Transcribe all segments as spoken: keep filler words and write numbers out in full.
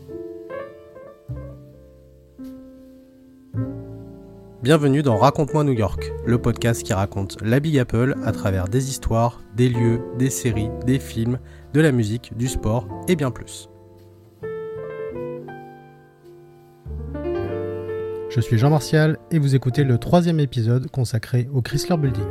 Bienvenue dans Raconte-moi New York, le podcast qui raconte la Big Apple à travers des histoires, des lieux, des séries, des films, de la musique, du sport et bien plus. Je suis Jean Martial et vous écoutez le troisième épisode consacré au Chrysler Building.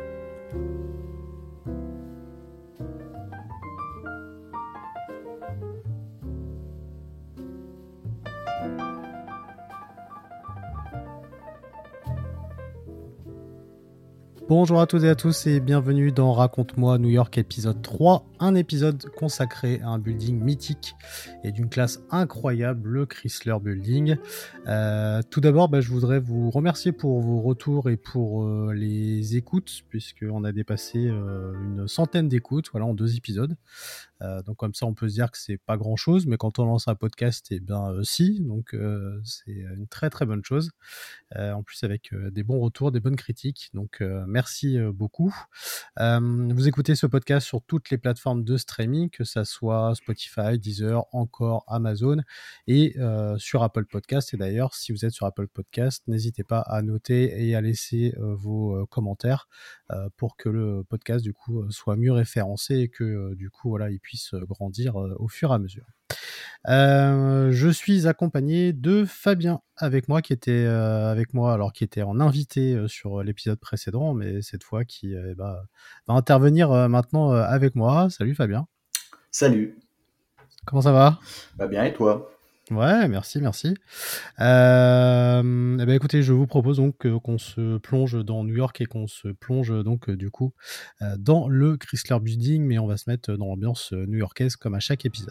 Bonjour à toutes et à tous et bienvenue dans Raconte-moi New York épisode trois, un épisode consacré à un building mythique et d'une classe incroyable, le Chrysler Building. Euh, tout d'abord, bah, je voudrais vous remercier pour vos retours et pour euh, les écoutes, puisqu'on a dépassé euh, une centaine d'écoutes voilà, en deux épisodes. Euh, donc comme ça on peut se dire que c'est pas grand chose, mais quand on lance un podcast, eh bien euh, si, donc euh, c'est une très très bonne chose. Euh, en plus avec euh, des bons retours, des bonnes critiques, donc euh, merci euh, beaucoup. Euh, vous écoutez ce podcast sur toutes les plateformes de streaming, que ça soit Spotify, Deezer, encore Amazon et euh, sur Apple Podcast. Et d'ailleurs, si vous êtes sur Apple Podcast, n'hésitez pas à noter et à laisser euh, vos euh, commentaires euh, pour que le podcast du coup soit mieux référencé et que euh, du coup voilà il puisse grandir euh, au fur et à mesure. Euh, je suis accompagné de Fabien avec moi qui était euh, avec moi alors qui était en invité euh, sur l'épisode précédent, mais cette fois qui euh, bah, va intervenir euh, maintenant euh, avec moi. Salut Fabien. Salut. Comment ça va ? Bah bien et toi ? Ouais, merci, merci. Euh, eh ben écoutez, je vous propose donc euh, qu'on se plonge dans New York et qu'on se plonge donc euh, du coup euh, dans le Chrysler Building, mais on va se mettre dans l'ambiance euh, new-yorkaise comme à chaque épisode.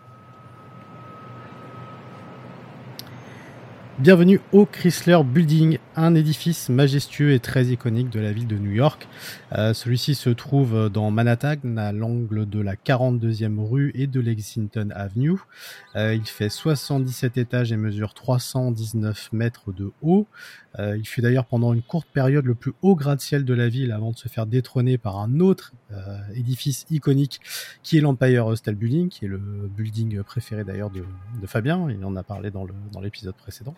Bienvenue au Chrysler Building, un édifice majestueux et très iconique de la ville de New York. Euh, celui-ci se trouve dans Manhattan, à l'angle de la quarante-deuxième rue et de Lexington Avenue. Euh, il fait soixante-dix-sept étages et mesure trois cent dix-neuf mètres de haut. Euh, il fut d'ailleurs pendant une courte période le plus haut gratte-ciel de la ville avant de se faire détrôner par un autre euh, édifice iconique qui est l'Empire State Building, qui est le building préféré d'ailleurs de, de Fabien. Il en a parlé dans, le, dans l'épisode précédent.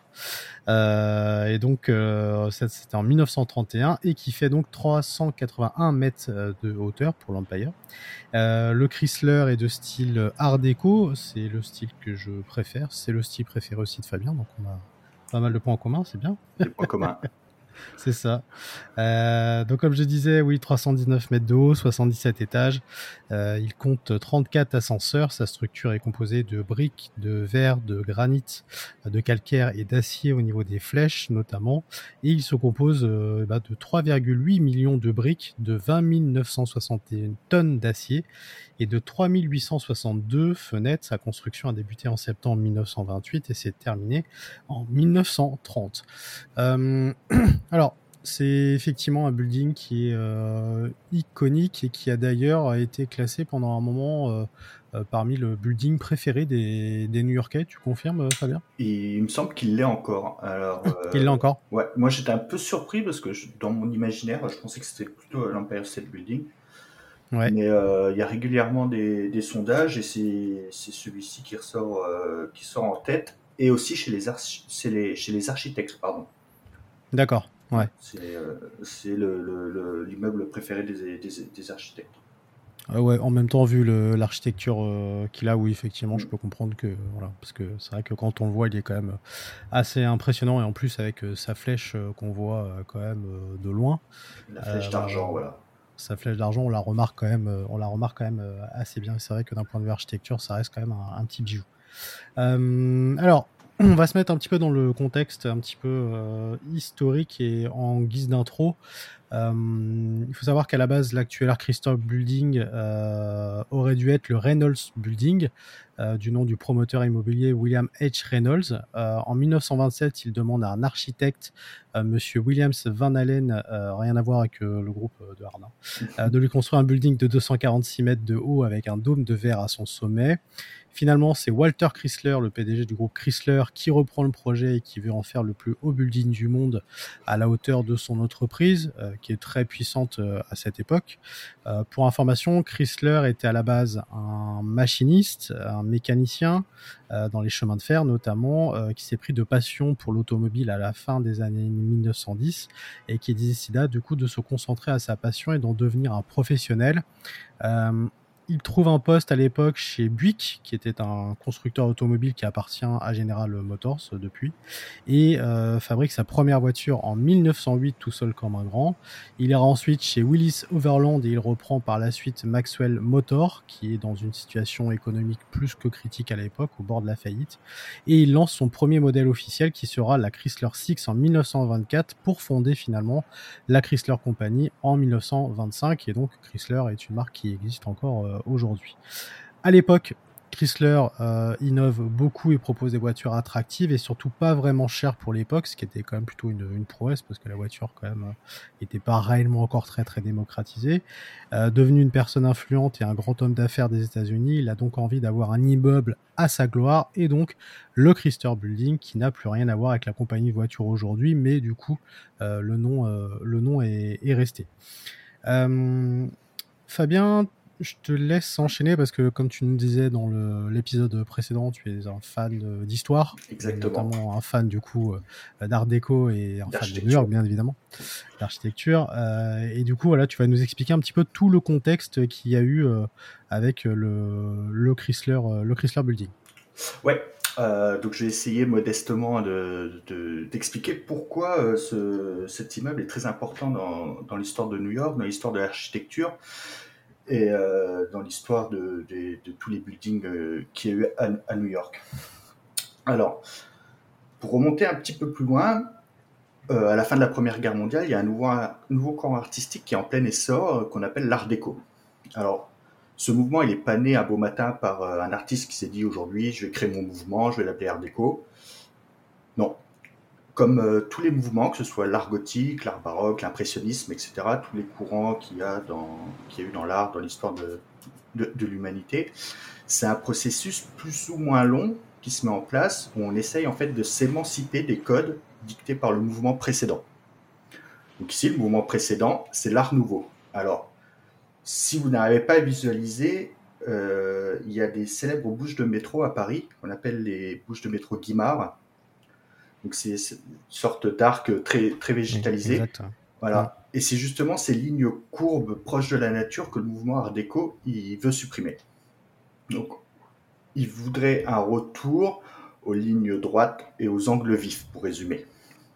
Euh, et donc euh, ça, c'était en dix-neuf cent trente et un et qui fait donc trois cent quatre-vingt-un mètres de hauteur pour l'Empire. Euh, le Chrysler est de style Art déco, c'est le style que je préfère, c'est le style préféré aussi de Fabien, donc on a pas mal de points en commun, c'est bien. Des points communs. C'est ça. Euh, donc comme je disais, oui, trois cent dix-neuf mètres de haut, soixante-dix-sept étages. Euh, il compte trente-quatre ascenseurs. Sa structure est composée de briques, de verre, de granit, de calcaire et d'acier au niveau des flèches notamment. Et il se compose euh, bah, de trois virgule huit millions de briques, de vingt mille neuf cent soixante et un tonnes d'acier et de trois mille huit cent soixante-deux fenêtres. Sa construction a débuté en septembre dix-neuf cent vingt-huit et s'est terminée en dix-neuf cent trente. Euh, alors, c'est effectivement un building qui est euh, iconique et qui a d'ailleurs été classé pendant un moment euh, euh, parmi le building préféré des, des New-Yorkais. Tu confirmes, Fabien ? Et il me semble qu'il l'est encore. Alors, euh, Il l'a encore ? ouais, moi j'étais un peu surpris parce que je, dans mon imaginaire, je pensais que c'était plutôt l'Empire State Building. Ouais. Mais euh, il y a régulièrement des, des sondages et c'est, c'est celui-ci qui ressort, euh, qui sort en tête. Et aussi chez les, archi- c'est les, chez les architectes, pardon. D'accord. Ouais. C'est, euh, c'est le, le, le, l'immeuble préféré des, des, des architectes. Euh, ouais, en même temps, vu le, l'architecture euh, qu'il a, oui, effectivement, Mm. je peux comprendre que, voilà, parce que c'est vrai que quand on le voit, il est quand même assez impressionnant et en plus avec euh, sa flèche euh, qu'on voit euh, quand même euh, de loin. La flèche Euh, d'argent, voilà. Sa flèche d'argent, on la remarque quand même, euh, on la remarque quand même euh, assez bien. C'est vrai que d'un point de vue architecture, ça reste quand même un, un petit bijou. Euh, alors, on va se mettre un petit peu dans le contexte un petit peu euh, historique et en guise d'intro. Euh, il faut savoir qu'à la base, l'actuel Chrysler Building euh, aurait dû être le Reynolds Building, euh, du nom du promoteur immobilier William H. Reynolds. Euh, en dix-neuf cent vingt-sept, il demande à un architecte, euh, Monsieur Williams Van Allen, euh, rien à voir avec euh, le groupe de Hardin, euh, de lui construire un building de deux cent quarante-six mètres de haut avec un dôme de verre à son sommet. Finalement, c'est Walter Chrysler, le P D G du groupe Chrysler, qui reprend le projet et qui veut en faire le plus haut building du monde à la hauteur de son entreprise, euh, qui est très puissante euh, à cette époque. Euh, pour information, Chrysler était à la base un machiniste, un mécanicien euh, dans les chemins de fer notamment, euh, qui s'est pris de passion pour l'automobile à la fin des années mille neuf cent dix et qui décida du coup de se concentrer à sa passion et d'en devenir un professionnel. Euh, il trouve un poste à l'époque chez Buick, qui était un constructeur automobile qui appartient à General Motors euh, depuis, et euh, fabrique sa première voiture en mille neuf cent huit tout seul comme un grand. Il ira ensuite chez Willis Overland et il reprend par la suite Maxwell Motor, qui est dans une situation économique plus que critique à l'époque, au bord de la faillite, et il lance son premier modèle officiel qui sera la Chrysler Six en mille neuf cent vingt-quatre pour fonder finalement la Chrysler Company en mille neuf cent vingt-cinq, et donc Chrysler est une marque qui existe encore euh, aujourd'hui. À l'époque, Chrysler euh, innove beaucoup et propose des voitures attractives et surtout pas vraiment chères pour l'époque, ce qui était quand même plutôt une, une prouesse parce que la voiture quand même n'était pas réellement encore très très démocratisée. Euh, devenu une personne influente et un grand homme d'affaires des États-Unis, il a donc envie d'avoir un immeuble à sa gloire et donc le Chrysler Building qui n'a plus rien à voir avec la compagnie de voitures aujourd'hui, mais du coup euh, le nom, euh, le nom est, est resté. Euh, Fabien, je te laisse enchaîner parce que, comme tu nous disais dans le, l'épisode précédent, tu es un fan de, d'histoire, Exactement. notamment un fan du coup euh, d'art déco et un fan de New York, bien évidemment, d'architecture. Euh, et du coup, voilà, tu vas nous expliquer un petit peu tout le contexte qu'il y a eu euh, avec le, le Chrysler, euh, le Chrysler Building. Ouais. Euh, donc je vais essayer modestement de, de, d'expliquer pourquoi euh, ce, cet immeuble est très important dans, dans l'histoire de New York, dans l'histoire de l'architecture et euh, dans l'histoire de, de, de tous les buildings euh, qu'il y a eu à, à New York. Alors, pour remonter un petit peu plus loin, euh, à la fin de la Première Guerre mondiale, il y a un nouveau, un nouveau courant artistique qui est en plein essor, euh, qu'on appelle l'art déco. Alors, ce mouvement, il n'est pas né un beau matin par euh, un artiste qui s'est dit aujourd'hui, je vais créer mon mouvement, je vais l'appeler art déco. Non. Comme euh, tous les mouvements, que ce soit l'art gothique, l'art baroque, l'impressionnisme, et cetera, tous les courants qu'il y a, dans, qu'il y a eu dans l'art, dans l'histoire de, de, de l'humanité, c'est un processus plus ou moins long qui se met en place où on essaye en fait de s'émanciper des codes dictés par le mouvement précédent. Donc ici, le mouvement précédent, c'est l'art nouveau. Alors, si vous n'arrivez pas à visualiser, euh, il y a des célèbres bouches de métro à Paris, qu'on appelle les bouches de métro Guimard. Donc c'est une sorte d'arc très, très végétalisé. Exact. Voilà. Ouais. Et c'est justement ces lignes courbes proches de la nature que le mouvement art déco il veut supprimer. Donc, il voudrait un retour aux lignes droites et aux angles vifs, pour résumer.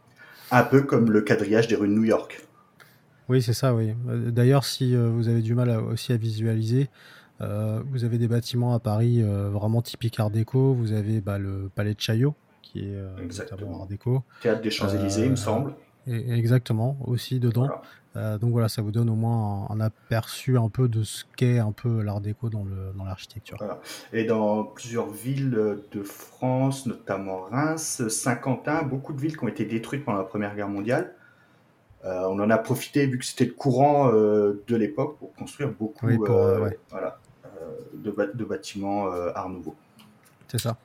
Un peu comme le quadrillage des rues de New York. Oui, c'est ça, oui. D'ailleurs, si euh, vous avez du mal à, aussi à visualiser, euh, vous avez des bâtiments à Paris euh, vraiment typiques art déco. Vous avez bah, le Palais de Chaillot, qui est euh, notamment art déco. Théâtre des Champs-Élysées, euh, il me semble. Et, exactement, aussi dedans. Voilà. Euh, donc voilà, ça vous donne au moins un, un aperçu un peu de ce qu'est un peu l'art déco dans, le, dans l'architecture. Voilà. Et dans plusieurs villes de France, notamment Reims, Saint-Quentin, beaucoup de villes qui ont été détruites pendant la Première Guerre mondiale, euh, on en a profité, vu que c'était le courant euh, de l'époque, pour construire beaucoup oui, pour, euh, euh, ouais. voilà, euh, de, ba- de bâtiments euh, art nouveau. C'est ça.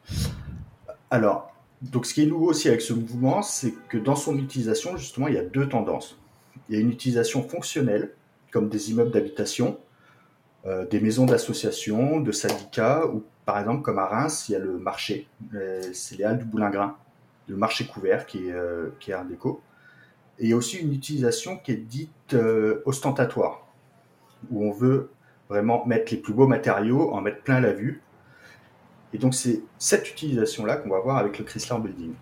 Alors, donc ce qui est nouveau aussi avec ce mouvement, c'est que dans son utilisation, justement, il y a deux tendances. Il y a une utilisation fonctionnelle, comme des immeubles d'habitation, euh, des maisons d'association, de syndicats, ou par exemple, comme à Reims, il y a le marché, euh, c'est les Halles du Boulingrin, le marché couvert qui est, euh, qui est art déco. Et il y a aussi une utilisation qui est dite euh, ostentatoire, où on veut vraiment mettre les plus beaux matériaux, en mettre plein la vue. Et donc, c'est cette utilisation-là qu'on va voir avec le Chrysler Building.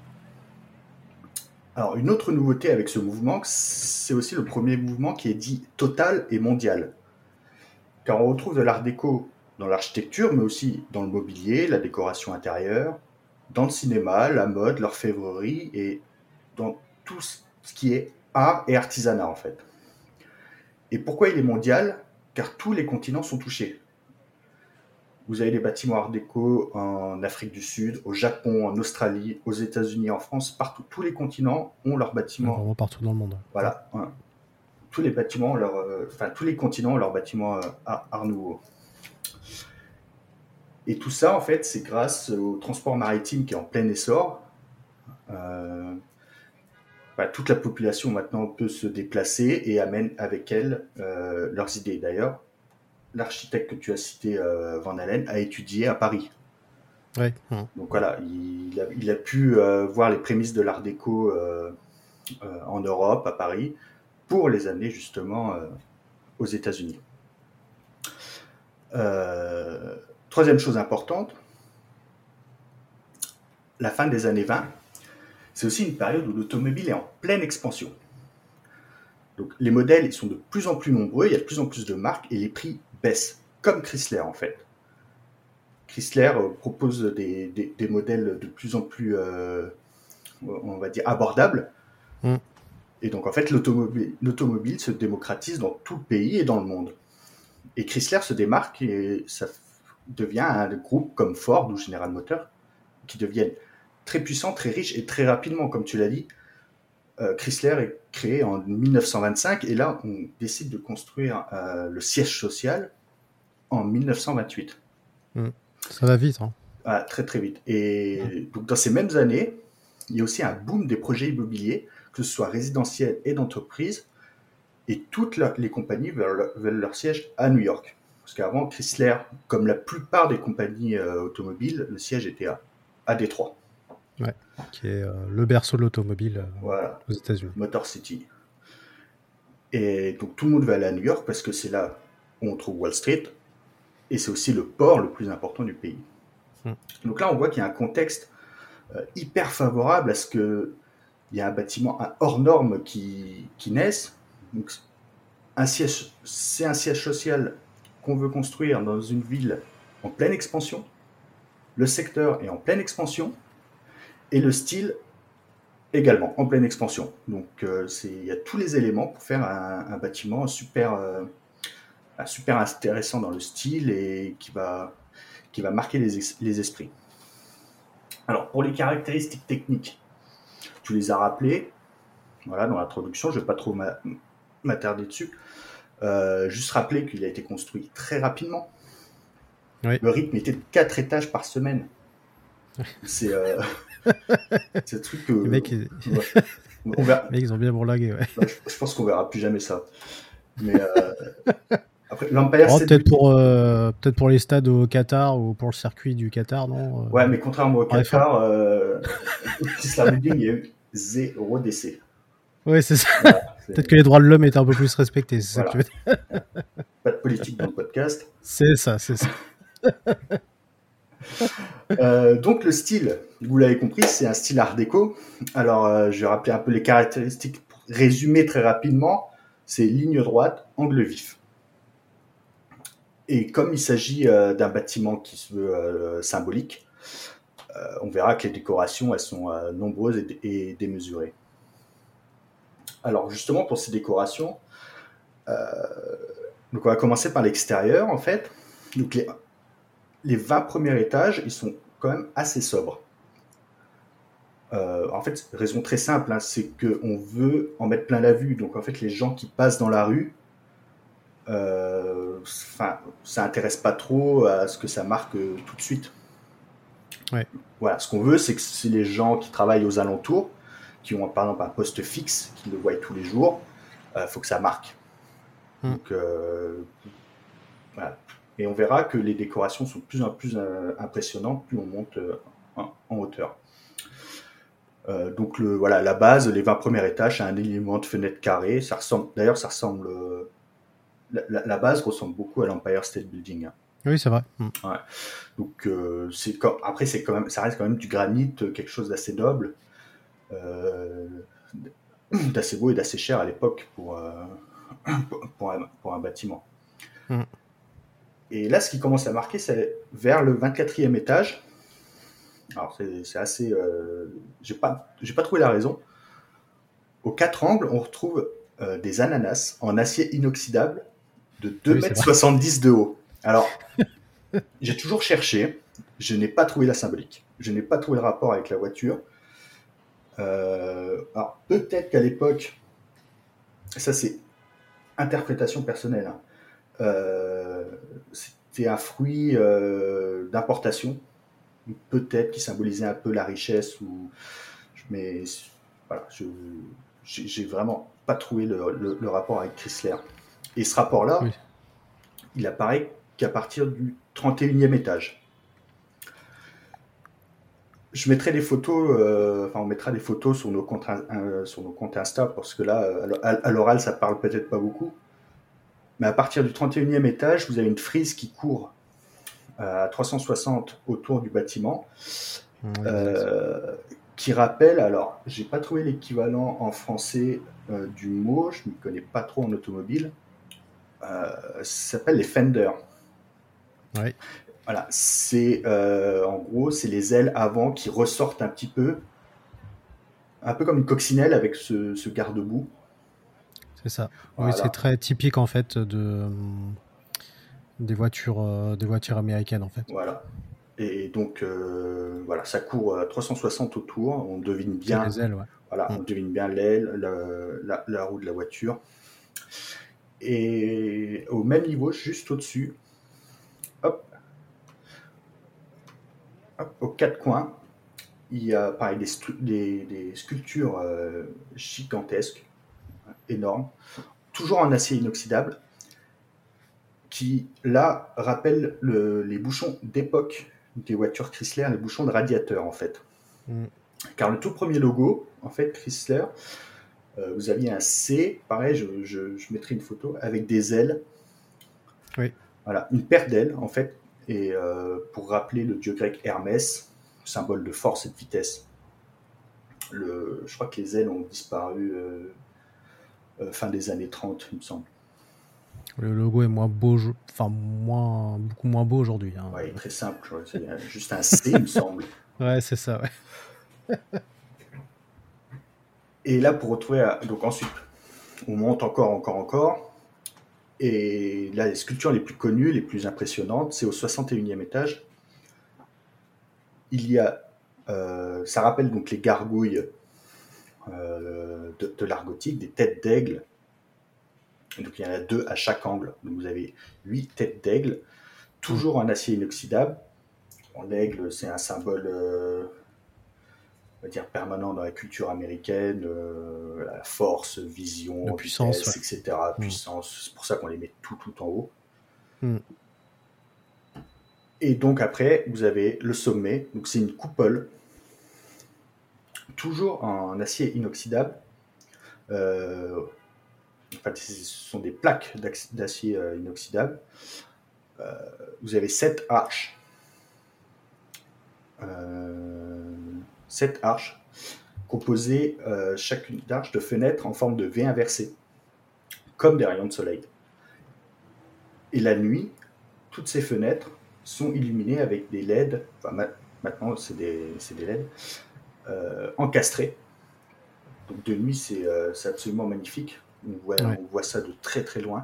Alors, une autre nouveauté avec ce mouvement, c'est aussi le premier mouvement qui est dit total et mondial. Car on retrouve de l'art déco dans l'architecture, mais aussi dans le mobilier, la décoration intérieure, dans le cinéma, la mode, l'orfèvrerie et dans tout ce qui est art et artisanat, en fait. Et pourquoi il est mondial ? Car tous les continents sont touchés. Vous avez des bâtiments art déco en Afrique du Sud, au Japon, en Australie, aux États-Unis, en France, partout. Tous les continents ont leurs bâtiments. Vraiment partout dans le monde. Voilà. Ouais. Tous les bâtiments, leur, euh, enfin tous les continents ont leurs bâtiments euh, art, art nouveau. Et tout ça, en fait, c'est grâce au transport maritime qui est en plein essor. Euh, bah, toute la population maintenant peut se déplacer et amène avec elle euh, leurs idées. D'ailleurs, l'architecte que tu as cité, euh, Van Allen, a étudié à Paris. Ouais. Mmh. Donc voilà, il a, il a pu euh, voir les prémices de l'art déco euh, euh, en Europe, à Paris, pour les amener justement euh, aux États-Unis. Euh, troisième chose importante, la fin des années vingt, c'est aussi une période où l'automobile est en pleine expansion. Donc les modèles ils sont de plus en plus nombreux, il y a de plus en plus de marques et les prix baissent, comme Chrysler en fait. Chrysler euh, propose des, des, des modèles de plus en plus, euh, on va dire, abordables. Mmh. Et donc en fait l'automobile, l'automobile se démocratise dans tout le pays et dans le monde. Et Chrysler se démarque et ça devient un groupe comme Ford ou General Motors qui deviennent très puissants, très riches et très rapidement, comme tu l'as dit. Euh, Chrysler est créé en dix-neuf cent vingt-cinq et là, on décide de construire euh, le siège social en dix-neuf cent vingt-huit. Mmh. Ça va vite. Hein. Ah, très très vite. Et donc, dans ces mêmes années, il y a aussi un boom des projets immobiliers, que ce soit résidentiels et d'entreprise, et toutes la, les compagnies veulent, veulent leur siège à New York. Parce qu'avant, Chrysler, comme la plupart des compagnies euh, automobiles, le siège était à, à Détroit. Ouais, qui est euh, le berceau de l'automobile euh, voilà. aux États-Unis. Motor City. Et donc tout le monde va aller à New York parce que c'est là où on trouve Wall Street et c'est aussi le port le plus important du pays. Mmh. Donc là, on voit qu'il y a un contexte euh, hyper favorable à ce qu'il y a un bâtiment un hors norme qui, qui naisse. Donc, un siège, c'est un siège social qu'on veut construire dans une ville en pleine expansion. Le secteur est en pleine expansion et le style également en pleine expansion. Donc euh, il y a tous les éléments pour faire un, un bâtiment super, euh, super intéressant dans le style et qui va, qui va marquer les, les esprits. Alors pour les caractéristiques techniques, tu les as rappelées voilà, dans l'introduction, je ne vais pas trop m'attarder dessus. Euh, juste rappeler qu'il a été construit très rapidement. Oui. Le rythme était de quatre étages par semaine. C'est euh, c'est un truc que. Les mecs, ils... Ouais, on verra... Les mecs, ils ont bien bourlingué. Ouais. Ouais, je, je pense qu'on verra plus jamais ça. Mais euh, après, l'Empire oh, State peut-être pour euh, peut-être pour les stades au Qatar ou pour le circuit du Qatar, non Ouais, mais contrairement au Qatar, euh, Chrysler Building, il y a eu zéro décès. Oui, c'est ça. Voilà, c'est... Peut-être que les droits de l'homme étaient un peu plus respectés, c'est voilà. Ça que tu veux dire. Pas de politique dans le podcast. C'est ça, c'est ça. euh, donc le style, vous l'avez compris, c'est un style art déco. Alors, euh, je vais rappeler un peu les caractéristiques pour résumer très rapidement. C'est ligne droite, angle vif. Et comme il s'agit euh, d'un bâtiment qui se veut euh, symbolique, euh, on verra que les décorations, elles sont euh, nombreuses et, et démesurées. Alors justement, pour ces décorations, euh, donc on va commencer par l'extérieur, en fait. Donc les, les vingt premiers étages, ils sont quand même assez sobres. Euh, en fait, raison très simple, hein, c'est qu'on veut en mettre plein la vue. Donc en fait, les gens qui passent dans la rue, euh, ça intéresse pas trop à ce que ça marque euh, tout de suite. Ouais. Voilà, ce qu'on veut, c'est que c'est les gens qui travaillent aux alentours, qui ont par exemple un poste fixe, qui le voient tous les jours, il euh, faut que ça marque. Mmh. Donc, euh, voilà. Et on verra que les décorations sont de plus en plus euh, impressionnantes, plus on monte euh, en, en hauteur. Euh, donc le, voilà, la base, les vingt premiers étages, c'est un élément de fenêtre carrée. Ça ressemble, d'ailleurs, ça ressemble. Euh, la, la, la base ressemble beaucoup à l'Empire State Building. Hein. Oui, c'est vrai. Mmh. Ouais. Donc euh, c'est comme, après, c'est quand même, ça reste quand même du granit, quelque chose d'assez noble, euh, d'assez beau et d'assez cher à l'époque pour, euh, pour, un, pour un bâtiment. Mmh. Et là, ce qui commence à marquer, c'est vers le vingt-quatrième étage. Alors, c'est, c'est assez... Euh, j'ai pas, j'ai pas trouvé la raison. Aux quatre angles, on retrouve euh, des ananas en acier inoxydable de deux mètres soixante-dix de haut. Alors, j'ai toujours cherché. Je n'ai pas trouvé la symbolique. Je n'ai pas trouvé le rapport avec la voiture. Euh, alors, peut-être qu'à l'époque, ça c'est interprétation personnelle, hein, euh, c'était un fruit euh, d'importation, peut-être qui symbolisait un peu la richesse, ou, mais voilà, je j'ai, j'ai vraiment pas trouvé le, le, le rapport avec Chrysler. Et ce rapport-là, Oui. il apparaît qu'à partir du trente et unième étage. Je mettrai des photos, euh, enfin on mettra des photos sur nos comptes, euh, sur nos comptes Insta, parce que là, à, à l'oral, ça parle peut-être pas beaucoup. Mais à partir du trente et unième étage, vous avez une frise qui court à trois cent soixante autour du bâtiment, Oui, euh, qui rappelle, alors j'ai pas trouvé l'équivalent en français euh, du mot, je ne m'y connais pas trop en automobile, euh, ça s'appelle les fenders. oui. Voilà, c'est euh, en gros, c'est les ailes avant qui ressortent un petit peu, un peu comme une coccinelle avec ce, ce garde-boue. C'est ça. Oui, c'est Voilà, très typique en fait de euh, des voitures, euh, des voitures américaines en fait. voilà. Et donc euh, voilà, ça court à trois cent soixante autour. On devine C'est bien, les ailes, ouais. voilà, Mm. on devine bien l'aile, la, la, la roue de la voiture. Et au même niveau, juste au-dessus, hop, hop, aux quatre coins, il y a pareil des, des, des sculptures euh, gigantesques, énormes, toujours en acier inoxydable, qui là rappellent le, les bouchons d'époque des voitures Chrysler, les bouchons de radiateur en fait. Mm. Car le tout premier logo, en fait, Chrysler, euh, vous aviez un C, pareil, je, je, je mettrai une photo, avec des ailes. Oui. Voilà, une paire d'ailes, en fait, et euh, pour rappeler le dieu grec Hermès, symbole de force et de vitesse. Le, je crois que les ailes ont disparu euh, euh, fin des années trente, il me semble. Le logo est moins beau, enfin moins, beaucoup moins beau aujourd'hui. Hein. Ouais, très simple, c'est juste un C, il me semble. Ouais, c'est ça. Ouais. Et là, pour retrouver, donc ensuite, on monte encore, encore, encore. Et là, les sculptures les plus connues, les plus impressionnantes, c'est au soixante et unième étage. Il y a, euh, ça rappelle donc les gargouilles euh, de, de l'art gothique, des têtes d'aigle. Donc il y en a deux à chaque angle. Donc vous avez huit têtes d'aigle, toujours en acier inoxydable. Bon, l'aigle, c'est un symbole, euh, on va dire, permanent dans la culture américaine, euh, la force, De vision, puissance, vitesse, ouais. et cetera. Mm. Puissance. C'est pour ça qu'on les met tout, tout en haut. Mm. Et donc après, vous avez le sommet. Donc c'est une coupole, toujours en acier inoxydable. Euh, en fait, ce sont des plaques d'acier euh, inoxydable. Euh, vous avez sept arches. Euh, sept arches composées euh, chacune d'arches de fenêtres en forme de V inversé, comme des rayons de soleil. Et la nuit, toutes ces fenêtres sont illuminées avec des L E D, enfin ma- maintenant c'est des, c'est des L E D, euh, encastrés. Donc de nuit, c'est euh, c'est absolument magnifique. On voit, Ouais. on voit ça de très très loin.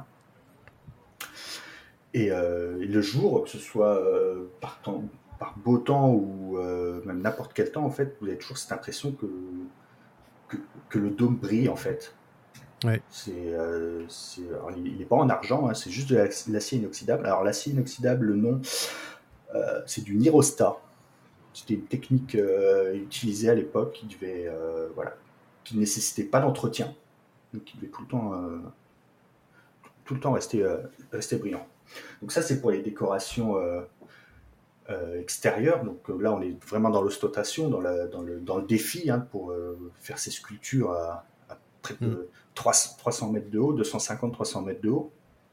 Et, euh, et le jour, que ce soit euh, par, temps, par beau temps ou euh, même n'importe quel temps, en fait, vous avez toujours cette impression que, que, que le dôme brille, en fait. Ouais. C'est, euh, c'est, alors, il n'est pas en argent, hein, c'est juste de l'acier inoxydable. Alors l'acier inoxydable, le nom, euh, c'est du Nirosta. C'était une technique euh, utilisée à l'époque qui devait, euh, voilà, qui ne nécessitait pas d'entretien, donc qui devait tout le temps, euh, tout le temps rester, euh, rester brillant. Donc ça, c'est pour les décorations euh, euh, extérieures. Donc euh, là, on est vraiment dans l'ostentation, dans, la, dans, le, dans le défi, hein, pour euh, faire ces sculptures à, à près de Mm. trois cents mètres de haut, deux cent cinquante à trois cents mètres de haut.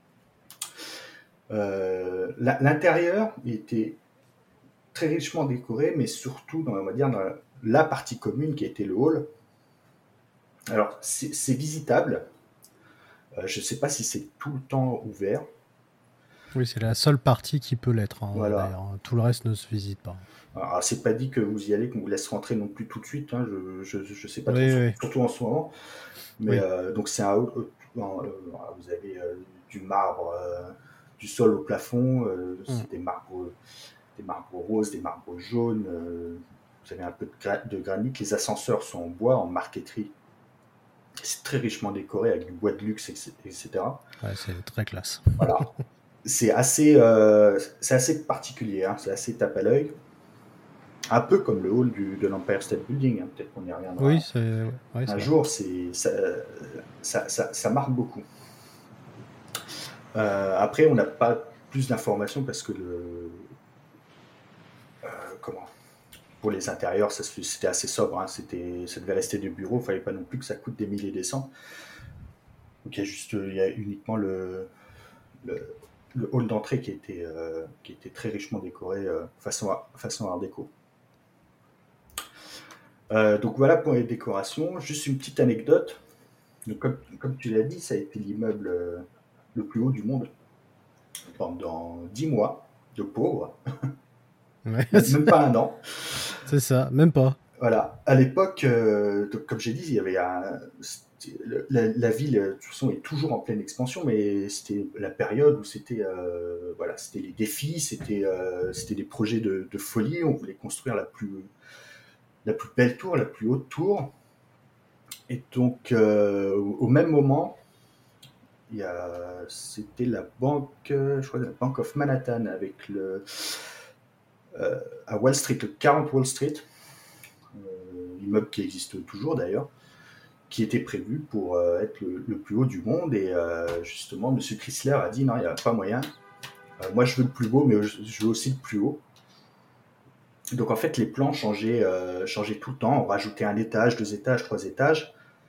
Euh, l'intérieur était très richement décoré, mais surtout dans, on va dire, dans la, la partie commune qui était le hall. Alors, c'est visitable. Euh, je ne sais pas si c'est tout le temps ouvert. Oui, c'est la seule partie qui peut l'être, hein, Voilà. d'ailleurs. Tout le reste ne se visite pas. Alors, c'est pas dit que vous y allez, qu'on vous laisse rentrer non plus tout de suite. Hein, je, je, je sais pas Oui, trop, oui. surtout en ce moment. Mais Oui. euh, donc c'est un, euh, vous avez euh, du marbre, euh, du sol au plafond. Euh, c'est Mm. des marbres, des marbres roses, des marbres jaunes. Euh, vous avez un peu de, gra de granit. Les ascenseurs sont en bois, en marqueterie. C'est très richement décoré avec du bois de luxe, et cetera. Ouais, c'est très classe. Voilà. c'est assez, euh, c'est assez particulier, hein, c'est assez tape à l'œil. Un peu comme le hall du, de l'Empire State Building, hein, peut-être qu'on y Oui, reviendra c'est, ouais, ouais, un c'est vrai. jour, c'est, ça, ça, ça, ça marque beaucoup. Euh, après, on n'a pas plus d'informations parce que le, euh, comment, pour les intérieurs, ça, c'était assez sobre. Hein, c'était, ça devait rester des bureaux. Il ne fallait pas non plus que ça coûte des milliers et des cents. Donc il y a juste, il y a uniquement le, le, le hall d'entrée qui était, euh, qui était très richement décoré euh, façon, façon art déco. Euh, donc voilà pour les décorations. Juste une petite anecdote. Donc, comme, comme tu l'as dit, ça a été l'immeuble euh, le plus haut du monde pendant dix mois de pauvres, Ouais, même, c'est même pas un an. c'est ça, même pas. Voilà. À l'époque, euh, comme j'ai dit, il y avait un, la, la, ville, de toute façon, est toujours en pleine expansion, mais c'était la période où c'était, euh, voilà, c'était les défis, c'était, euh, c'était des projets de, de folie. On voulait construire la plus, la plus belle tour, la plus haute tour. Et donc, euh, au même moment, il y a, c'était la banque, je crois, la Bank of Manhattan avec le, euh, à Wall Street, le quarante Wall Street, euh, immeuble qui existe toujours d'ailleurs, qui était prévu pour euh, être le, le, plus haut du monde. Et euh, justement, M. Chrysler a dit non, il n'y a pas moyen. Euh, moi, je veux le plus beau, mais je, je veux aussi le plus haut. Donc en fait, les plans changeaient, euh, changeaient tout le temps. On rajoutait un étage, deux étages, trois étages.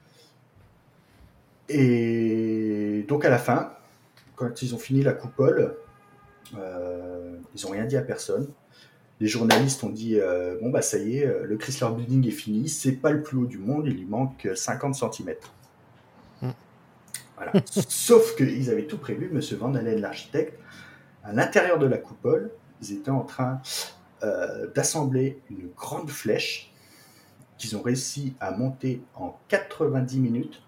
Et donc à la fin, quand ils ont fini la coupole, euh, ils n'ont rien dit à personne. Les journalistes ont dit euh, bon bah ça y est, le Chrysler Building est fini, c'est pas le plus haut du monde, il lui manque cinquante centimètres. Mm. Voilà. Sauf qu'ils avaient tout prévu, M. Van Allen, l'architecte, à l'intérieur de la coupole, ils étaient en train euh, d'assembler une grande flèche qu'ils ont réussi à monter en quatre-vingt-dix minutes,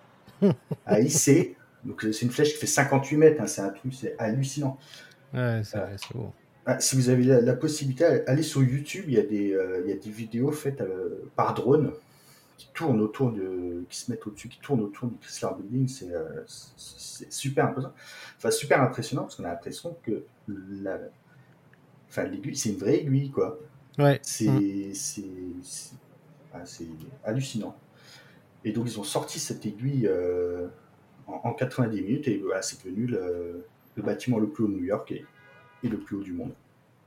à hisser. Donc c'est une flèche qui fait cinquante-huit mètres, hein, c'est un truc, c'est hallucinant. Ouais, c'est, Euh, c'est beau. Ah, si vous avez la, la possibilité, allez sur YouTube, il y a des, euh, il y a des vidéos faites euh, par drone qui tournent autour de, qui se mettent au-dessus, qui tournent autour du Chrysler Building. C'est, euh, c'est, c'est super impressionnant. Enfin, super impressionnant parce qu'on a l'impression que la, enfin, l'aiguille, c'est une vraie aiguille, quoi. Ouais. Mm. C'est, c'est, c'est, enfin, c'est hallucinant. Et donc, ils ont sorti cette aiguille euh, en, en quatre-vingt-dix minutes et voilà, c'est devenu le, le bâtiment le plus haut de New York et, et le plus haut du monde.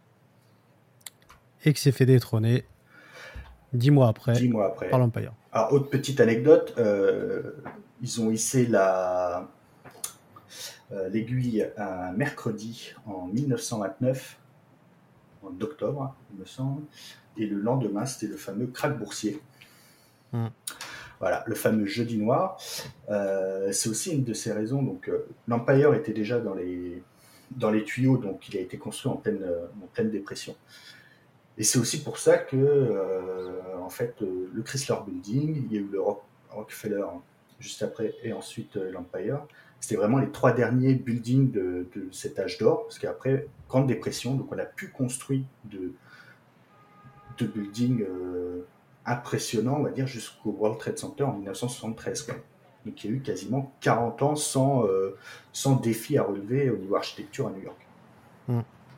Et qui s'est fait détrôner dix mois après Dix mois par après. l'Empire. Alors, autre petite anecdote, euh, ils ont hissé la, euh, l'aiguille un mercredi en mille neuf cent vingt-neuf, en octobre, il me semble, et le lendemain, c'était le fameux krach boursier. Mm. Voilà, le fameux jeudi noir. Euh, c'est aussi une de ces raisons. Donc, euh, l'Empire était déjà dans les, dans les tuyaux, donc il a été construit en pleine, en pleine dépression. Et c'est aussi pour ça que, euh, en fait, euh, le Chrysler Building, il y a eu le Rockefeller juste après, et ensuite euh, l'Empire. C'était vraiment les trois derniers buildings de, de cet âge d'or, parce qu'après, grande dépression, donc on a pu construire de, de buildings euh, impressionnants, on va dire, jusqu'au World Trade Center en dix-neuf cent soixante-treize. Quoi. Donc il y a eu quasiment quarante ans sans, euh, sans défi à relever au niveau architecture à New York. Mm.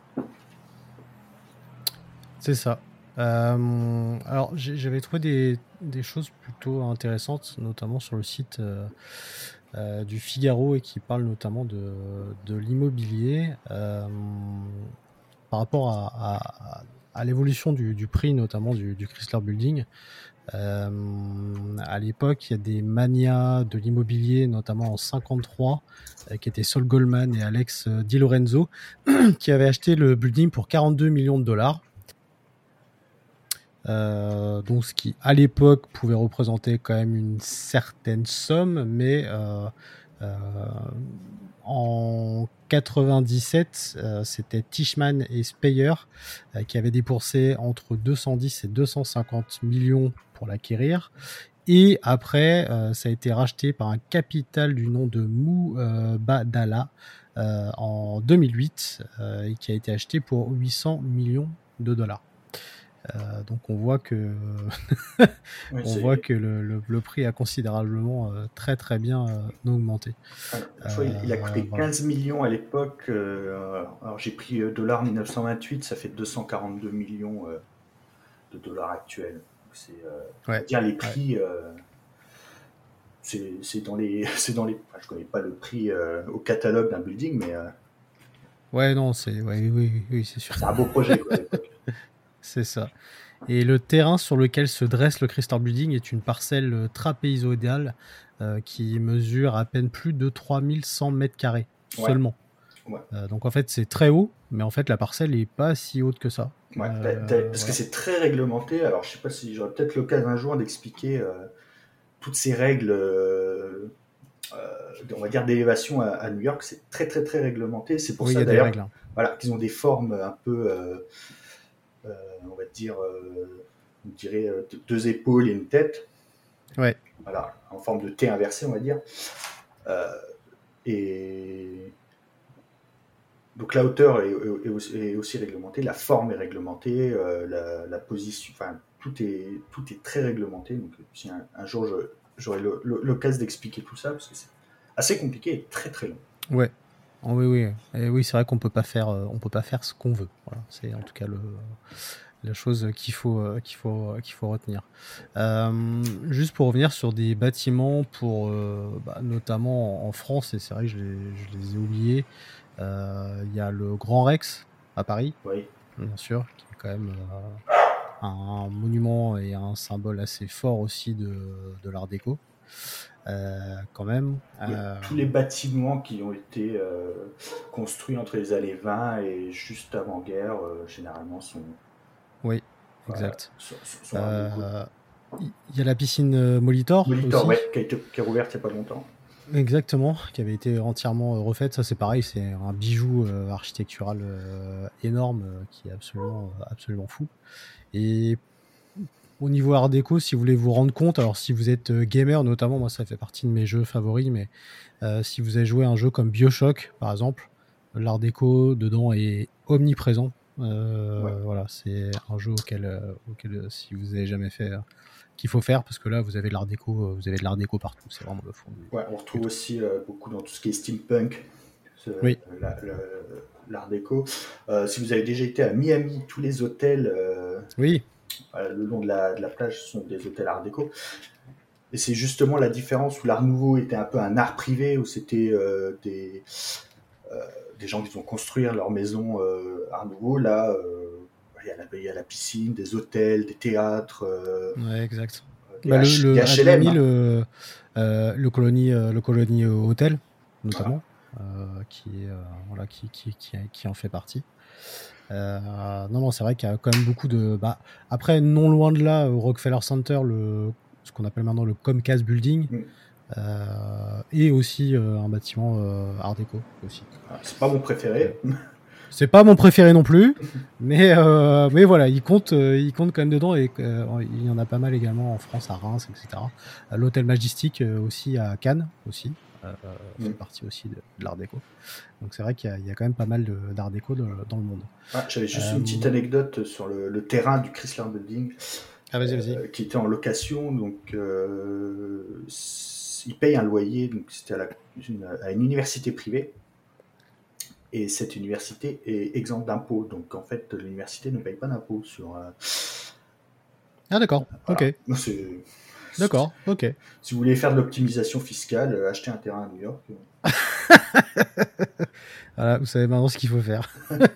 C'est ça. Euh, alors, j'avais trouvé des, des choses plutôt intéressantes, notamment sur le site euh, euh, du Figaro, et qui parle notamment de, de l'immobilier euh, par rapport à, à, à l'évolution du, du prix, notamment du, du Chrysler Building. Euh, à l'époque, il y a des manias de l'immobilier, notamment en cinquante-trois, euh, qui étaient Saul Goldman et Alex Di Lorenzo, qui avaient acheté le building pour quarante-deux millions de dollars. Euh, donc ce qui à l'époque pouvait représenter quand même une certaine somme, mais euh, euh, en quatre-vingt-dix-sept, euh, c'était Tishman et Speyer euh, qui avaient dépensé entre deux cent dix et deux cent cinquante millions pour l'acquérir. Et après, euh, ça a été racheté par un capital du nom de Mubadala euh, en deux mille huit euh, et qui a été acheté pour huit cents millions de dollars. Euh, donc on voit que Oui, on c'est... voit que le, le, le prix a considérablement euh, très très bien euh, augmenté. Alors, je crois qu'il il a Euh, coûté voilà. quinze millions à l'époque. euh, alors j'ai pris euh, dollar mille neuf cent vingt-huit, ça fait deux cent quarante-deux millions euh, de dollars actuels. Donc c'est, euh, on va Ouais. dire les Ouais. prix, euh, c'est, c'est dans les, c'est dans les. Enfin, je connais pas le prix euh, au catalogue d'un building, mais euh, Ouais, non, c'est ouais, oui, oui, oui, c'est sûr. c'est un beau projet quoi, à l'époque. C'est ça. Et le terrain sur lequel se dresse le Chrysler Building est une parcelle euh, trapézoïdale euh, qui mesure à peine plus de trois mille cent mètres carrés Ouais, seulement. ouais, Euh, donc en fait, c'est très haut, mais en fait, la parcelle n'est pas si haute que ça. ouais. T'as- t'as- Euh, parce que voilà. c'est très réglementé. Alors je sais pas si j'aurai peut-être l'occasion un jour d'expliquer euh, toutes ces règles. Euh, euh, on va dire d'élévation à, à New York, c'est très très très réglementé. C'est pour Oui, il y ça a des d'ailleurs, règles. Hein. voilà, qu'ils ont des formes un peu, euh, euh, on va dire, euh, on dirait euh, deux épaules et une tête, Ouais. voilà, en forme de T inversé, on va dire. Euh, et donc la hauteur est, est, aussi, est, aussi réglementée, la forme est réglementée, euh, la, la position, enfin tout est tout est très réglementé. Donc si un, un jour je, j'aurai le, le, l'occasion d'expliquer tout ça parce que c'est assez compliqué et très très long. Ouais. Oh, oui, oui. Et oui, c'est vrai qu'on peut pas faire, euh, on peut pas faire ce qu'on veut. Voilà. C'est en tout cas le, la chose qu'il faut, euh, qu'il faut, qu'il faut retenir. Euh, juste pour revenir sur des bâtiments, pour euh, bah, notamment en France, et c'est vrai que je les, je les ai oubliés. Il euh, y a le Grand Rex à Paris, Oui. bien sûr, qui est quand même euh, un monument et un symbole assez fort aussi de, de l'art déco. Euh, quand même. Oui, Euh, tous les bâtiments qui ont été euh, construits entre les années vingt et juste avant-guerre, euh, généralement, sont, oui, voilà, exact. sont, sont art déco. Euh, Il y a la piscine euh, Molitor Molitor, aussi. ouais, qui a, été, qui a rouvert il n'y a pas longtemps. Exactement, qui avait été entièrement euh, refaite. Ça, c'est pareil, c'est un bijou euh, architectural euh, énorme euh, qui est absolument, euh, absolument fou. Et au niveau art déco, si vous voulez vous rendre compte, alors si vous êtes euh, gamer notamment, moi ça fait partie de mes jeux favoris, mais euh, si vous avez joué à un jeu comme BioShock par exemple, l'art déco dedans est omniprésent. Euh, Ouais. Voilà, c'est un jeu auquel, euh, auquel euh, si vous avez jamais fait, euh, qu'il faut faire parce que là vous avez de l'art déco, euh, vous avez de l'art déco partout. C'est vraiment le fond du, Ouais, on du retrouve truc. aussi euh, beaucoup dans tout ce qui est steampunk, ce, Oui, la, le, l'art déco. Euh, si vous avez déjà été à Miami, tous les hôtels euh, oui, euh, le long de la, de la plage sont des hôtels art déco. Et c'est justement la différence où l'art nouveau était un peu un art privé, où c'était euh, des, euh, des gens qui vont construire leur maison euh, art nouveau. Là, euh, il y a la, il y a la piscine, des hôtels, des théâtres, euh, ouais, exact. des, Bah, le, H, des le, à H L M. Miami, le, euh, le Colony, euh, le Colony Hotel, Voilà. notamment, euh, qui, est, euh, voilà, qui, qui, qui, qui en fait partie. Euh, non, non, c'est vrai qu'il y a quand même beaucoup de. Bah, après, non loin de là, au Rockefeller Center, le, ce qu'on appelle maintenant le Comcast Building, Mm. euh, et aussi euh, un bâtiment euh, Art déco aussi. C'est pas mon Euh, préféré. c'est pas mon préféré non plus, mais, euh, mais voilà, il compte, euh, il compte quand même dedans et euh, il y en a pas mal également en France, à Reims, et cetera. Euh, L'hôtel Majestic euh, aussi à Cannes aussi euh, Mm. fait partie aussi de, de l'art déco. Donc c'est vrai qu'il y a, il y a quand même pas mal de, d'art déco de, dans le monde. Ah, j'avais juste Euh, une petite anecdote sur le, le terrain du Chrysler Building ah vas-y, vas-y. euh, qui était en location. Donc, euh, il paye un loyer. Donc, c'était à, la, une, à une université privée. Et cette université est exempte d'impôts. Donc, en fait, l'université ne paye pas d'impôts sur. Euh, Ah d'accord, ok. voilà. C'est, D'accord, ok. si vous voulez faire de l'optimisation fiscale, euh, achetez un terrain à New York. Voilà, vous savez maintenant ce qu'il faut faire.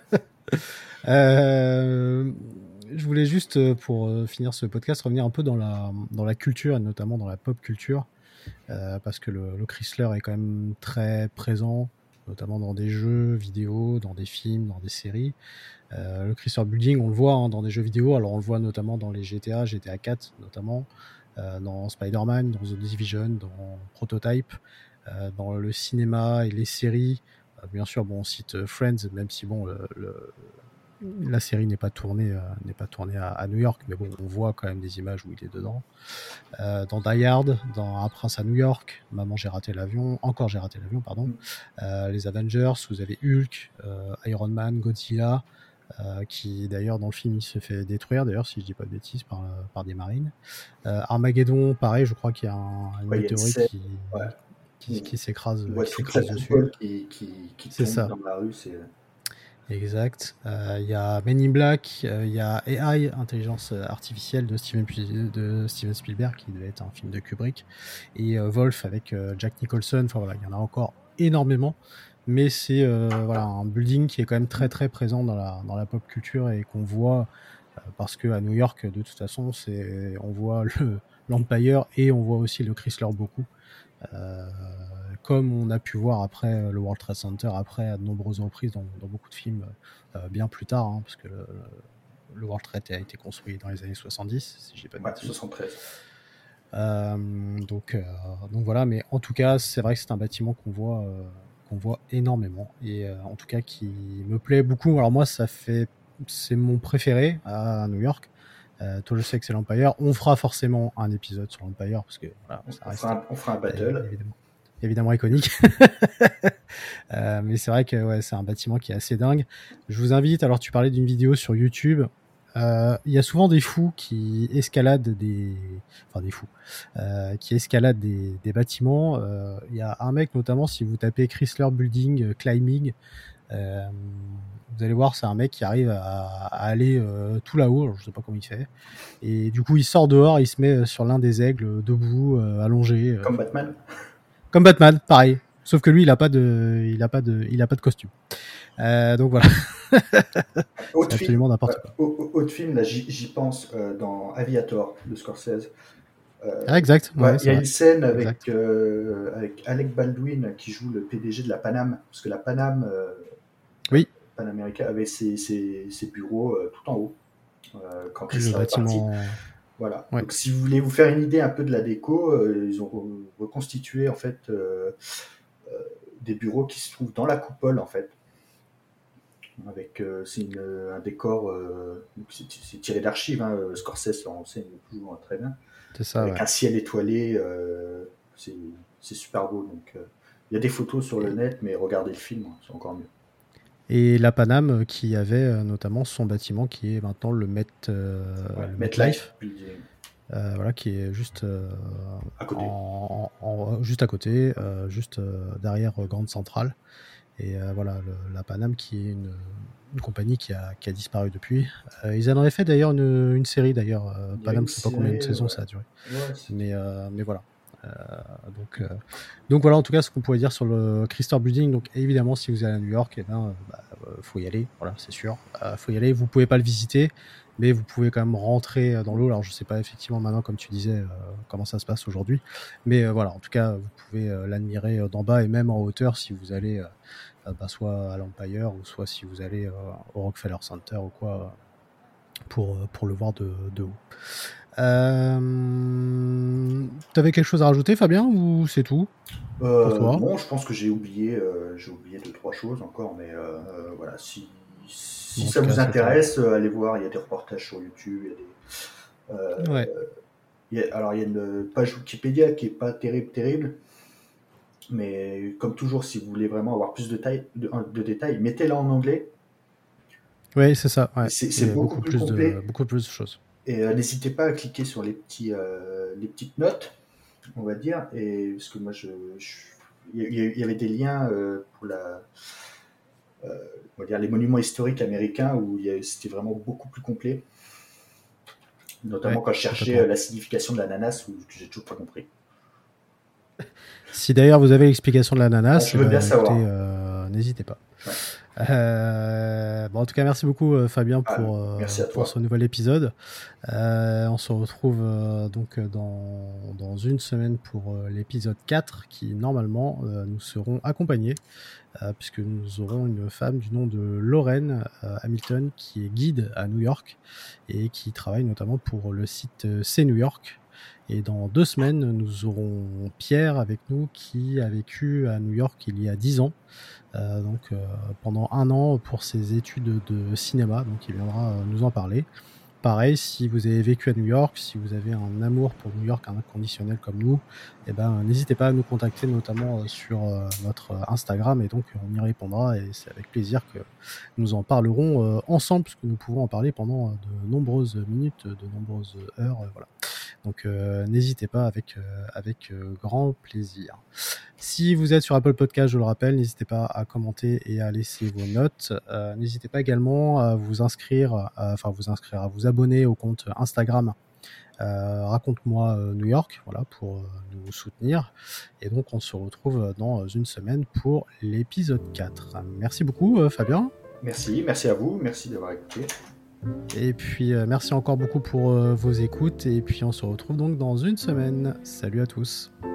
euh, je voulais juste, pour finir ce podcast, revenir un peu dans la, dans la culture, et notamment dans la pop culture, euh, parce que le, le Chrysler est quand même très présent, notamment dans des jeux vidéo, dans des films, dans des séries. Euh, le Chrysler Building, on le voit hein, dans des jeux vidéo, alors on le voit notamment dans les G T A, G T A quatre notamment, euh, dans Spider-Man, dans The Division, dans Prototype, euh, dans le cinéma et les séries. Euh, bien sûr, bon, on cite Friends, même si bon, le, le, la série n'est pas tournée, euh, n'est pas tournée à, à New York, mais bon, on voit quand même des images où il est dedans. Euh, dans Die Hard, dans Un prince à New York, Maman j'ai raté l'avion, encore j'ai raté l'avion, pardon. Euh, les Avengers, vous avez Hulk, euh, Iron Man, Godzilla. euh, qui d'ailleurs dans le film il se fait détruire, d'ailleurs si je dis pas de bêtises, par, par des marines. Euh, Armageddon, pareil, je crois qu'il y a un, une Ouais, il y a une météorite scène, qui, ouais. qui, qui s'écrase, On voit qui toute la s'écrase dessus. coupole qui, qui, qui C'est tombe ça. dans la rue. C'est... Exact. Il euh, y a Men in Black, il euh, y a A I, Intelligence Artificielle de Steven, de Steven Spielberg, qui devait être un film de Kubrick, et euh, Wolf avec euh, Jack Nicholson. Enfin voilà, il y en a encore énormément, mais c'est euh, voilà, un building qui est quand même très très présent dans la, dans la pop culture et qu'on voit euh, parce qu'à New York, de toute façon, c'est, on voit le, l'Empire et on voit aussi le Chrysler beaucoup. Euh, comme on a pu voir après le World Trade Center, après à de nombreuses reprises dans, dans beaucoup de films euh, bien plus tard, hein, parce que le, le World Trade a été construit dans les années soixante-dix, si j'ai pas de ouais, bêtises. soixante-treize. Euh, donc, euh, donc voilà, mais en tout cas, c'est vrai que c'est un bâtiment qu'on voit, euh, qu'on voit énormément, et euh, en tout cas qui me plaît beaucoup. Alors moi, ça fait, c'est mon préféré à New York. Euh, toi, je sais que c'est l'Empire. On fera forcément un épisode sur l'Empire parce que voilà, ça on, reste fera un, on fera un battle. Euh, évidemment, évidemment iconique. euh, mais c'est vrai que ouais, c'est un bâtiment qui est assez dingue. Je vous invite, alors tu parlais d'une vidéo sur YouTube. Il euh, y a souvent des fous qui escaladent des, enfin des fous, euh, qui escaladent des, des bâtiments. Il euh, y a un mec notamment, si vous tapez Chrysler Building Climbing, euh, vous allez voir, c'est un mec qui arrive à, à aller euh, tout là-haut. Alors, je sais pas comment il fait. Et du coup, il sort dehors, il se met sur l'un des aigles, debout, euh, allongé. Euh, Comme Batman. Comme Batman, pareil. Sauf que lui, il a pas de, il a pas de, il a pas de costume. Euh, donc voilà. Autre c'est absolument film, n'importe euh, quoi. autre film, là, j'y, j'y pense euh, dans Aviator de Scorsese. Euh, Ah, exact. Ouais, ouais, ouais, il y a vrai. une scène Exact. avec, euh, avec Alec Baldwin qui joue le P D G de la Paname, parce que la Paname, euh, Oui. Pan America avait ses, ses, ses bureaux euh, tout en haut euh, quand Le Chrysler est parti. bâtiment. Voilà. Ouais. Donc, si vous voulez vous faire une idée un peu de la déco, euh, ils ont re- reconstitué en fait euh, euh, des bureaux qui se trouvent dans la coupole en fait. Avec euh, c'est une, un décor, euh, c'est, c'est tiré d'archives. Hein, Scorsese le renseigne toujours très bien. C'est ça. Avec Ouais. un ciel étoilé, euh, c'est, c'est super beau. Donc, il euh, y a des photos sur le Et... net, mais regardez le film, c'est encore mieux. Et la Paname qui avait euh, notamment son bâtiment qui est maintenant le Met, euh, Ouais, le MetLife, MetLife. Euh, voilà, qui est juste euh, à côté. En, en, en, juste à côté, euh, juste euh, derrière euh, Grande Centrale. Et euh, voilà, le, la Paname qui est une, une compagnie qui a, qui a disparu depuis. Euh, ils en avaient fait d'ailleurs une, une série d'ailleurs. Euh, Paname, je sais pas combien de saisons ouais. ça a duré. Ouais, mais, euh, mais voilà. Euh, donc, euh, donc voilà en tout cas ce qu'on pouvait dire sur le Chrysler Building. Donc évidemment si vous allez à New York, eh ben, bah, faut y aller, voilà, c'est sûr. Euh, faut y aller, vous pouvez pas le visiter, mais vous pouvez quand même rentrer dans l'eau. Alors je sais pas effectivement maintenant comme tu disais euh, comment ça se passe aujourd'hui, mais euh, voilà, en tout cas vous pouvez euh, l'admirer d'en bas et même en hauteur si vous allez euh, bah, soit à l'Empire ou soit si vous allez euh, au Rockefeller Center ou quoi pour, pour le voir de, de haut. Euh... T'avais quelque chose à rajouter, Fabien, ou c'est tout euh, pour toi? Non, je pense que j'ai oublié, euh, j'ai oublié deux trois choses encore, mais euh, euh, voilà, si, si bon, ça vous cas, intéresse, euh, allez voir, il y a des reportages sur YouTube, il y a des, euh, ouais. il y a, alors il y a une page Wikipédia qui est pas terrible, terrible, mais comme toujours, si vous voulez vraiment avoir plus de, taille, de, de détails, mettez-la en anglais. Oui, c'est ça. Ouais. C'est, c'est beaucoup, beaucoup plus, plus complet. de beaucoup plus de choses. Et euh, n'hésitez pas à cliquer sur les petits, euh, les petites notes, on va dire, et parce que moi, je, il y, y avait des liens euh, pour la, euh, on va dire les monuments historiques américains où y a, c'était vraiment beaucoup plus complet. Notamment ouais, quand je cherchais la signification de l'ananas, où j'ai toujours pas compris. Si d'ailleurs vous avez l'explication de l'ananas, ah, je veux bien bah, savoir. Écoutez, euh, n'hésitez pas. Ouais. Euh, bon, en tout cas, merci beaucoup Fabien pour, ah, merci à pour toi. ce nouvel épisode. Euh, on se retrouve euh, donc dans, dans une semaine pour euh, l'épisode quatre qui normalement euh, nous serons accompagnés euh, puisque nous aurons une femme du nom de Lorraine euh, Hamilton qui est guide à New York et qui travaille notamment pour le site euh, C'est New York. Et dans deux semaines, nous aurons Pierre avec nous qui a vécu à New York il y a dix ans. Euh, donc euh, pendant un an pour ses études de cinéma, donc il viendra euh, nous en parler. pareil, si vous avez vécu à New York, si vous avez un amour pour New York inconditionnel comme nous, eh ben, n'hésitez pas à nous contacter, notamment euh, sur euh, notre Instagram, et donc on y répondra, et c'est avec plaisir que nous en parlerons euh, ensemble, puisque nous pouvons en parler pendant de nombreuses minutes, de nombreuses heures, euh, voilà. Donc euh, n'hésitez pas, avec, euh, avec euh, grand plaisir. Si vous êtes sur Apple Podcast, je le rappelle, n'hésitez pas à commenter et à laisser vos notes. Euh, n'hésitez pas également à vous inscrire, à, enfin vous inscrire, à vous abonner au compte Instagram euh, Raconte-moi New York, voilà, pour euh, nous soutenir. Et donc on se retrouve dans une semaine pour l'épisode quatre. Merci beaucoup euh, Fabien. Merci, merci à vous, merci d'avoir écouté. Et puis euh, merci encore beaucoup pour euh, vos écoutes, et puis on se retrouve donc dans une semaine. Salut à tous.